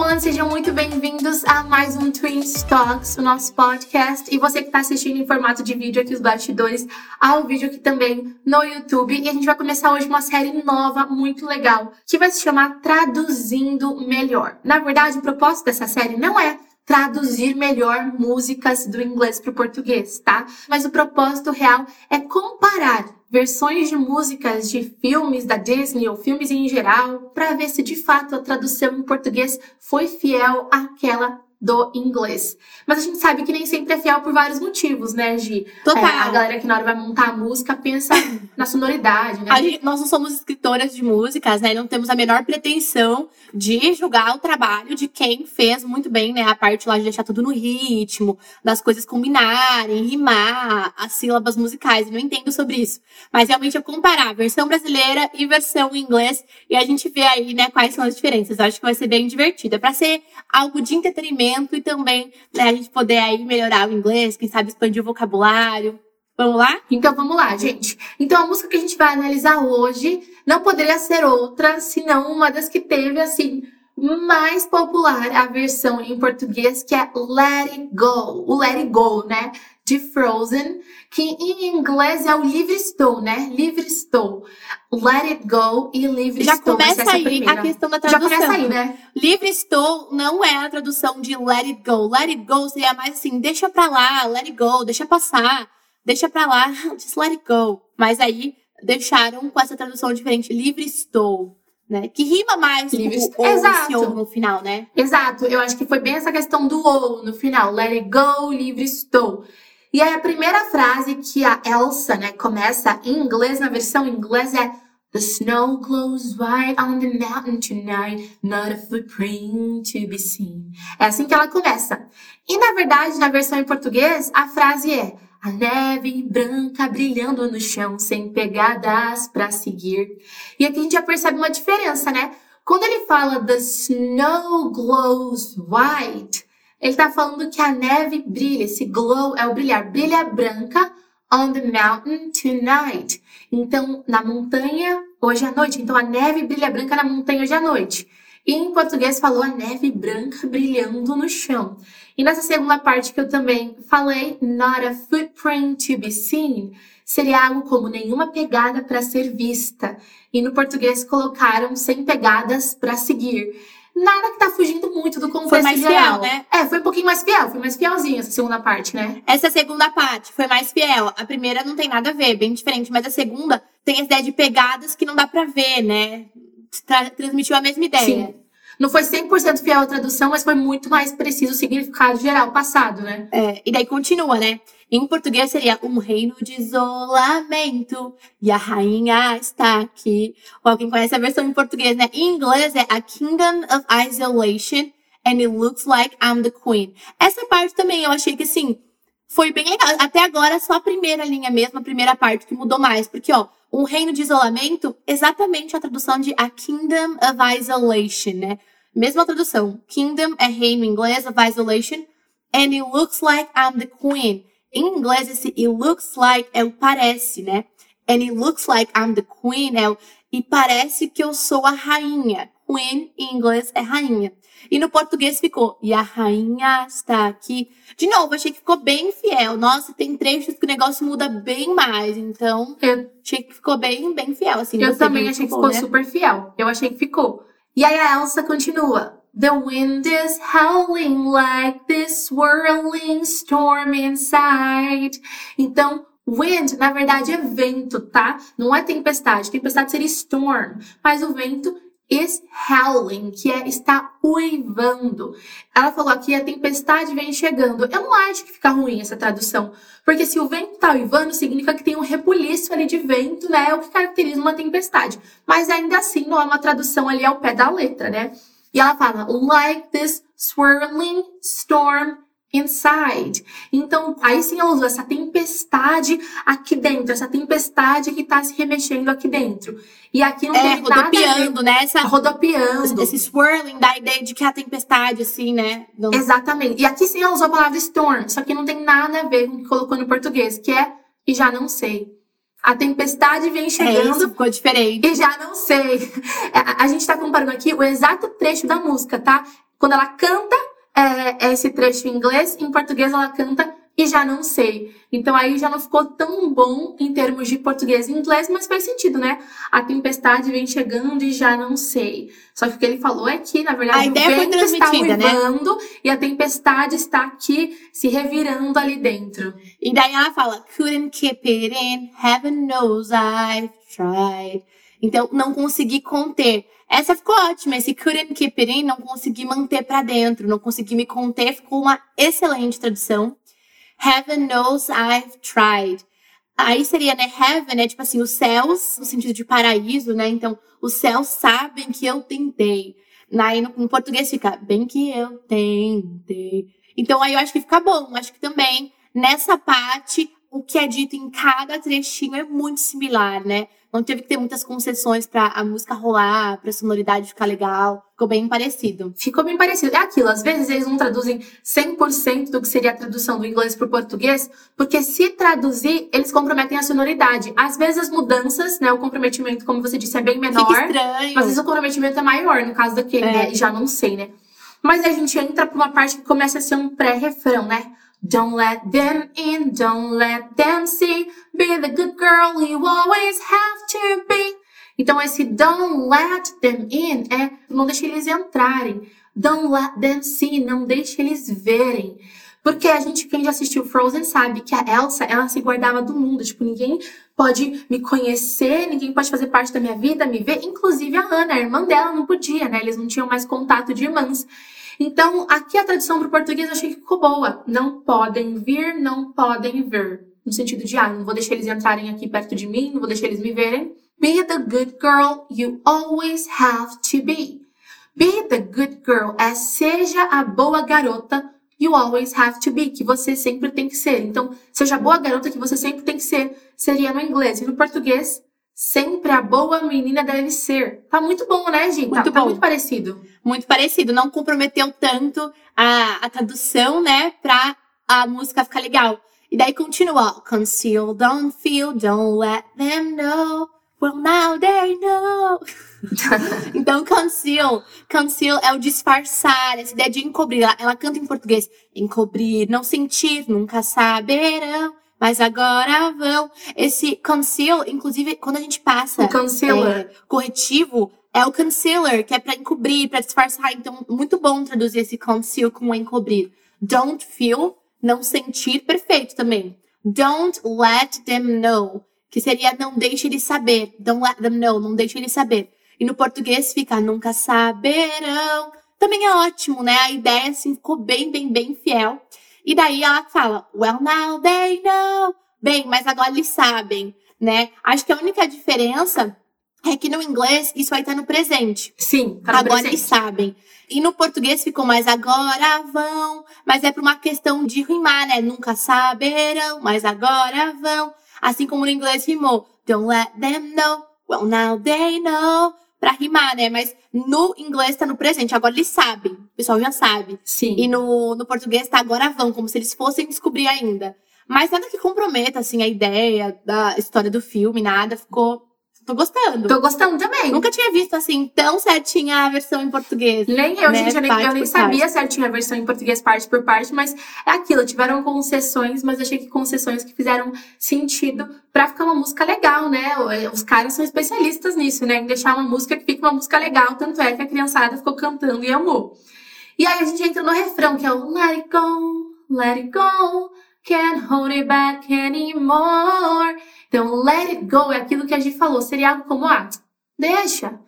falando? Sejam muito bem-vindos a mais um Twins Talks, o nosso podcast. E você que está assistindo em formato de vídeo aqui, os bastidores, ao vídeo aqui também no YouTube. E a gente vai começar hoje uma série nova, muito legal, que vai se chamar Traduzindo Melhor. Na verdade, o propósito dessa série não é traduzir melhor músicas do inglês para o português, tá? Mas o propósito real é comparar versões de músicas de filmes da Disney ou filmes em geral para ver se de fato a tradução em português foi fiel àquela do inglês. Mas a gente sabe que nem sempre é fiel por vários motivos, né, Gi? Total. A galera que na hora vai montar a música pensa na sonoridade, né? Nós não somos escritoras de músicas, né? Não temos a menor pretensão de julgar o trabalho de quem fez muito bem, né? A parte lá de deixar tudo no ritmo, das coisas combinarem, rimar, as sílabas musicais. Eu não entendo sobre isso. Mas realmente é comparar a versão brasileira e versão em inglês e a gente vê aí, né, quais são as diferenças. Eu acho que vai ser bem divertido. É pra ser algo de entretenimento e também, né, a gente poder aí melhorar o inglês, quem sabe expandir o vocabulário. Vamos lá? Então vamos lá, gente. Então a música que a gente vai analisar hoje não poderia ser outra, senão uma das que teve, assim, mais popular, a versão em português, que é Let It Go. O Let It Go, né? De Frozen, que em inglês é o Livre Estou, né? Livre Estou. Let It Go e Livre Já Estou. começa aí a questão da tradução. Já começa aí, né? Livre Estou não é a tradução de Let It Go. Let It Go seria mais assim, deixa pra lá, let it go, deixa passar, deixa pra lá, just let it go. Mas aí deixaram com essa tradução diferente, Livre Estou, né? Que rima mais com o ou no final, né? Exato, eu acho que foi bem essa questão do ou no final. Let It Go, Livre Estou. E aí a primeira frase que a Elsa, né, começa em inglês, na versão em inglês, é The snow glows white on the mountain tonight, not a footprint to be seen. É assim que ela começa. E na verdade, na versão em português, a frase é a neve branca brilhando no chão, sem pegadas pra seguir. E aqui a gente já percebe uma diferença, né? Quando ele fala The snow glows white, ele tá falando que a neve brilha. Esse glow é o brilhar. Brilha branca on the mountain tonight. Então, na montanha, hoje à noite. Então, a neve brilha branca na montanha hoje à noite. E em português falou a neve branca brilhando no chão. E nessa segunda parte que eu também falei, not a footprint to be seen, seria algo como nenhuma pegada para ser vista. E no português colocaram sem pegadas para seguir. Nada que tá fugindo muito do contexto foi mais geral. Fiel, né? Foi um pouquinho mais fiel, foi mais fielzinho essa segunda parte, né? Essa segunda parte foi mais fiel. A primeira não tem nada a ver, bem diferente. Mas a segunda tem essa ideia de pegadas que não dá pra ver, né? Transmitiu a mesma ideia. Sim. Não foi 100% fiel à tradução, mas foi muito mais preciso o significado geral passado, né? E daí continua, né? Em português seria um reino de isolamento e a rainha está aqui. Ou alguém conhece a versão em português, né? Em inglês é a kingdom of isolation and it looks like I'm the queen. Essa parte também eu achei que, assim, foi bem legal. Até agora só a primeira linha mesmo, a primeira parte que mudou mais. Porque, ó, um reino de isolamento, exatamente a tradução de a kingdom of isolation, né? Mesma tradução. Kingdom é reino em inglês, of isolation. And it looks like I'm the queen. Em inglês, esse it looks like é o parece, né? And it looks like I'm the queen é o e parece que eu sou a rainha. Queen, em inglês, é rainha. E no português ficou e a rainha está aqui. De novo, achei que ficou bem fiel. Nossa, tem trechos que o negócio muda bem mais. Então, achei que ficou bem, bem fiel. Assim, eu também achei que ficou, né? Super fiel. Eu achei que ficou. E aí a Elsa continua. The wind is howling like this swirling storm inside. Então, wind, na verdade, é vento, tá? Não é tempestade. Tempestade seria storm. Mas o vento is howling, que é está uivando. Ela falou aqui, a tempestade vem chegando. Eu não acho que fica ruim essa tradução. Porque se o vento tá uivando, significa que tem um rebuliço ali de vento, né? É o que caracteriza uma tempestade. Mas ainda assim, não é uma tradução ali ao pé da letra, né? E ela fala, like this swirling storm inside. Então, aí sim ela usou essa tempestade aqui dentro, essa tempestade que tá se remexendo aqui dentro. E aqui não tem nada rodopiando, né? Rodopiando. Esse swirling dá a ideia de que é a tempestade, assim, né? Exatamente. E aqui sim ela usou a palavra storm, só que não tem nada a ver com o que colocou no português, que é e já não sei. A tempestade vem chegando. Isso ficou diferente. E já não sei. A gente tá comparando aqui o exato trecho da música, tá? Quando ela canta, é esse trecho em inglês, em português ela canta e já não sei. Então aí já não ficou tão bom em termos de português e inglês, mas faz sentido, né? A tempestade vem chegando e já não sei. Só que o que ele falou é que, na verdade, A o ideia foi vento está transmitida, né? uivando e a tempestade está aqui se revirando ali dentro. E daí ela fala, couldn't keep it in, heaven knows I've tried. Então, não consegui conter. Essa ficou ótima, esse couldn't keep it in, não consegui manter pra dentro, não consegui me conter, ficou uma excelente tradução. Heaven knows I've tried. Aí seria, né, heaven, né, tipo assim, os céus, no sentido de paraíso, né, então, os céus sabem que eu tentei. Aí no português fica, bem que eu tentei. Então aí eu acho que fica bom, acho que também, nessa parte, o que é dito em cada trechinho é muito similar, né? Não teve que ter muitas concessões pra a música rolar, pra sonoridade ficar legal. Ficou bem parecido. Ficou bem parecido. É aquilo, às vezes eles não traduzem 100% do que seria a tradução do inglês pro português, porque se traduzir, eles comprometem a sonoridade. Às vezes as mudanças, né, o comprometimento, como você disse, é bem menor. Fica estranho. Mas às vezes o comprometimento é maior, no caso daquele, né? E já não sei, né? Mas a gente entra pra uma parte que começa a ser um pré-refrão, né? Don't let them in, don't let them see. Be the good girl you always have to be. Então, esse don't let them in é não deixe eles entrarem. Don't let them see, não deixe eles verem. Porque quem já assistiu Frozen sabe que a Elsa, ela se guardava do mundo. Tipo, ninguém pode me conhecer, ninguém pode fazer parte da minha vida, me ver. Inclusive a Anna, a irmã dela, não podia, né? Eles não tinham mais contato de irmãs. Então, aqui a tradução para o português eu achei que ficou boa. Não podem vir, não podem ver. No sentido de, não vou deixar eles entrarem aqui perto de mim, não vou deixar eles me verem. Be the good girl you always have to be. Be the good girl seja a boa garota you always have to be, que você sempre tem que ser. Então, seja a boa garota que você sempre tem que ser. Seria no inglês. E no português, sempre a boa menina deve ser. Tá muito bom, né, gente? Muito tá bom. muito parecido. Muito parecido. Não comprometeu tanto a tradução, né, pra a música ficar legal. E daí continua. Conceal, don't feel, don't let them know. Well, now they know. Então, conceal é o disfarçar, essa ideia de encobrir. Ela canta em português. Encobrir, não sentir, nunca saberão. Mas agora vão. Esse conceal, inclusive, quando a gente passa o concealer. Corretivo, é o concealer, que é pra encobrir, pra disfarçar. Então, muito bom traduzir esse conceal com encobrir. Don't feel, não sentir, perfeito também. Don't let them know, que seria não deixe eles saber. Don't let them know, não deixe eles saber. E no português fica nunca saberão. Também é ótimo, né? A ideia, assim, ficou bem fiel. E daí ela fala, well, now they know. Bem, mas agora eles sabem, né? Acho que a única diferença é que no inglês isso aí tá no presente. Sim, tá no agora presente. Eles sabem. E no português ficou mais agora vão. Mas é por uma questão de rimar, né? Nunca saberão, mas agora vão. Assim como no inglês rimou. Don't let them know. Well, now they know. Pra rimar, né? Mas no inglês tá no presente. Agora eles sabem. O pessoal já sabe. Sim. E no português tá agora vão. Como se eles fossem descobrir ainda. Mas nada que comprometa, assim, a ideia da história do filme. Nada. Tô gostando. Tô gostando também. Nunca tinha visto, assim, tão certinha a versão em português. Nem eu, né? gente. Eu nem sabia certinho a versão em português parte por parte. Mas é aquilo. Tiveram concessões, mas achei que concessões que fizeram sentido pra ficar uma música legal, né? Os caras são especialistas nisso, né? Em deixar uma música que fique uma música legal. Tanto é que a criançada ficou cantando e amou. E aí a gente entra no refrão, que é o let it go, can't hold it back anymore. Então, let it go é aquilo que a gente falou. Seria algo como, deixa.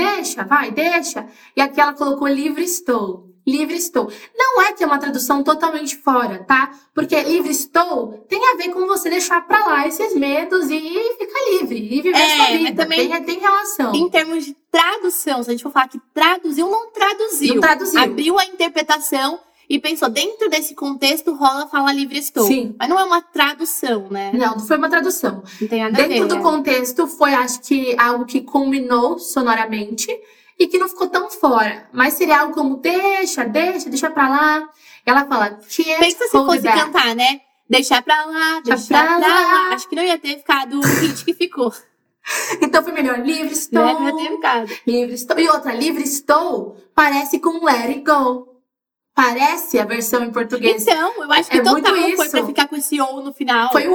E aqui ela colocou livre estou. Não é que é uma tradução totalmente fora, tá? Porque livre estou tem a ver com você deixar pra lá esses medos e ficar livre. E viver sua vida. Também tem relação. Em termos de tradução, se a gente for falar que traduziu, não traduziu. Não traduziu. Abriu a interpretação e pensou, dentro desse contexto, rola fala livre estou. Sim. Mas não é uma tradução, né? Não foi uma tradução. Não tem nada a ver. Dentro do contexto, foi, acho que, algo que combinou sonoramente e que não ficou tão fora. Mas seria algo como, deixa pra lá. Ela fala, pensa se fosse cantar, né? Deixar pra lá, deixar pra lá. Acho que não ia ter ficado o hit que ficou. Então foi melhor. Livre estou. Né? Livre estou. E outra, livre estou parece com let it go. Parece a versão em português. Então, eu acho que total foi pra ficar com esse ou no final. Foi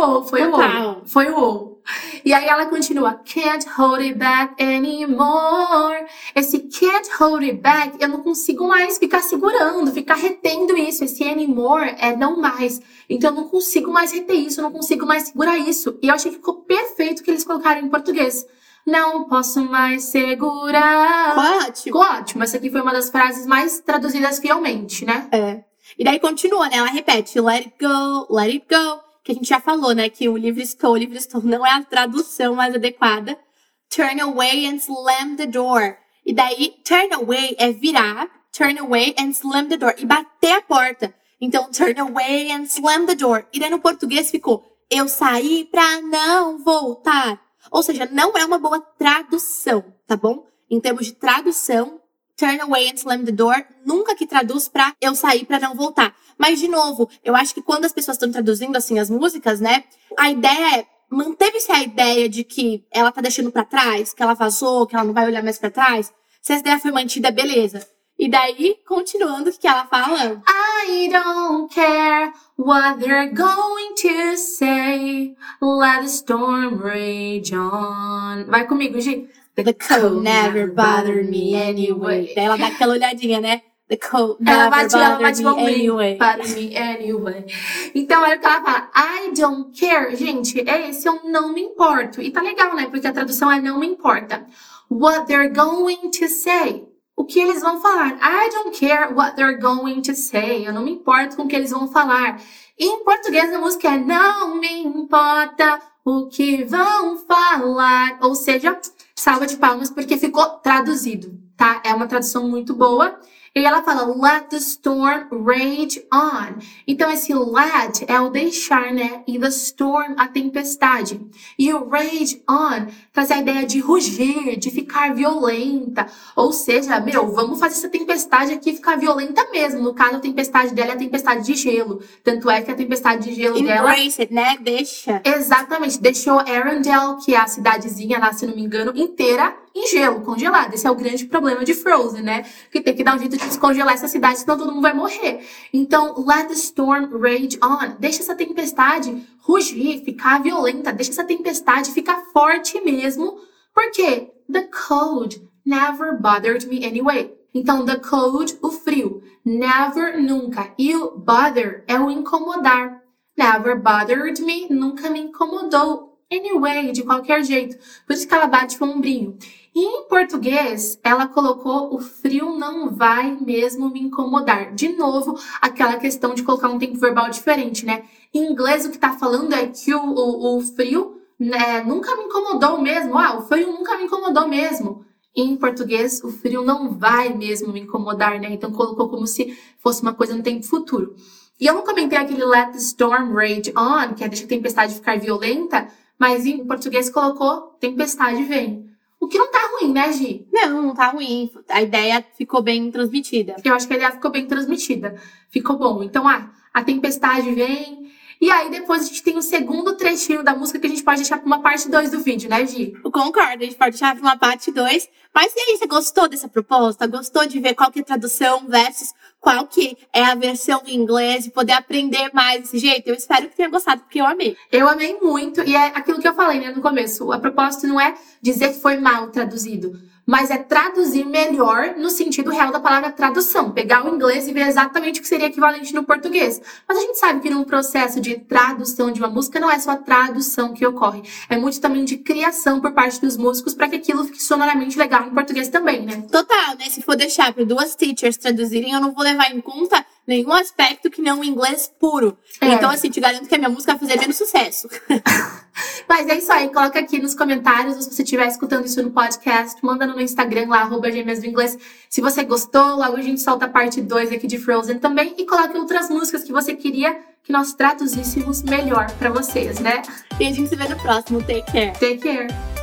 o ou. E aí ela continua. Can't hold it back anymore. Esse can't hold it back, eu não consigo mais ficar segurando, ficar retendo isso. Esse anymore é não mais. Então eu não consigo mais reter isso, eu não consigo mais segurar isso. E eu achei que ficou perfeito que eles colocaram em português. Não posso mais segurar. Ficou ótimo. Essa aqui foi uma das frases mais traduzidas fielmente, né? É. E daí continua, né? Ela repete, let it go. Que a gente já falou, né? Que o livre estou não é a tradução mais adequada. Turn away and slam the door. E daí, turn away é virar. Turn away and slam the door. E bater a porta. Então, turn away and slam the door. E daí no português ficou, eu saí pra não voltar. Ou seja, não é uma boa tradução, tá bom? Em termos de tradução, turn away and slam the door, nunca que traduz pra eu sair pra não voltar. Mas, de novo, eu acho que quando as pessoas estão traduzindo, assim, as músicas, né? A ideia é, manteve-se a ideia de que ela tá deixando pra trás, que ela vazou, que ela não vai olhar mais pra trás. Se essa ideia foi mantida, beleza. E daí, continuando, o que ela fala? I don't care what they're going to say. Let the storm rage on. Vai comigo, Gi. The cold never bothered me anyway. Daí ela dá aquela olhadinha, né? The cold never bothered me anyway. Então, olha o que ela fala. I don't care. Gente, esse eu não me importo. E tá legal, né? Porque a tradução é não me importa. What they're going to say. O que eles vão falar. I don't care what they're going to say. Eu não me importo com o que eles vão falar. E em português a música é não me importa o que vão falar. Ou seja, salva de palmas porque ficou traduzido, tá? É uma tradução muito boa. E ela fala, let the storm rage on. Então, esse let é o deixar, né? E the storm, a tempestade. E o rage on traz a ideia de rugir, de ficar violenta. Ou seja, vamos fazer essa tempestade aqui ficar violenta mesmo. No caso, a tempestade dela é a tempestade de gelo. Tanto é que a tempestade de gelo dela... Embrace it, né? Deixa. Exatamente. Deixou Arendelle, que é a cidadezinha lá, se não me engano, inteira em gelo, congelado. Esse é o grande problema de Frozen, né? Que tem que dar um jeito de descongelar essa cidade, senão todo mundo vai morrer. Então, let the storm rage on. Deixa essa tempestade rugir, ficar violenta. Deixa essa tempestade ficar forte mesmo. Por quê? The cold never bothered me anyway. Então, the cold, o frio. Never, nunca. E o bother é o incomodar. Never bothered me, nunca me incomodou. Anyway, de qualquer jeito. Por isso que ela bate o ombrinho. E em português, ela colocou o frio não vai mesmo me incomodar. De novo, aquela questão de colocar um tempo verbal diferente, né? Em inglês, o que tá falando é que o frio, né, nunca me incomodou mesmo. O frio nunca me incomodou mesmo. Em português, o frio não vai mesmo me incomodar, né? Então, colocou como se fosse uma coisa no tempo futuro. E eu não comentei aquele let the storm rage on, que é deixa a tempestade ficar violenta, mas em português colocou tempestade vem. O que não tá ruim, né, Gi? Não tá ruim. A ideia ficou bem transmitida. Eu acho que a ideia ficou bem transmitida. Ficou bom. Então, a tempestade vem. E aí, depois a gente tem o segundo trechinho da música que a gente pode deixar pra uma parte 2 do vídeo, né, Gi? Eu concordo, a gente pode deixar pra uma parte 2. Mas e aí, você gostou dessa proposta? Gostou de ver qual que é a tradução versus qual que é a versão em inglês? E poder aprender mais desse jeito? Eu espero que tenha gostado, porque eu amei. Eu amei muito. E é aquilo que eu falei, né, no começo. A proposta não é dizer que foi mal traduzido, mas é traduzir melhor no sentido real da palavra tradução. Pegar o inglês e ver exatamente o que seria equivalente no português. Mas a gente sabe que num processo de tradução de uma música não é só a tradução que ocorre. É muito também de criação por parte dos músicos para que aquilo fique sonoramente legal em português também, né? Total, né? Se for deixar para 2 teachers traduzirem, eu não vou levar em conta nenhum aspecto que não o inglês puro. Então, assim, te garanto que a minha música vai fazer menos sucesso. Mas é isso aí, coloca aqui nos comentários, ou se você estiver escutando isso no podcast, manda no Instagram lá, @gêmeasdoinglês, se você gostou. Logo a gente solta a parte 2 aqui de Frozen também, e coloque outras músicas que você queria que nós traduzíssemos melhor pra vocês, né? E a gente se vê no próximo. Take care. Take care.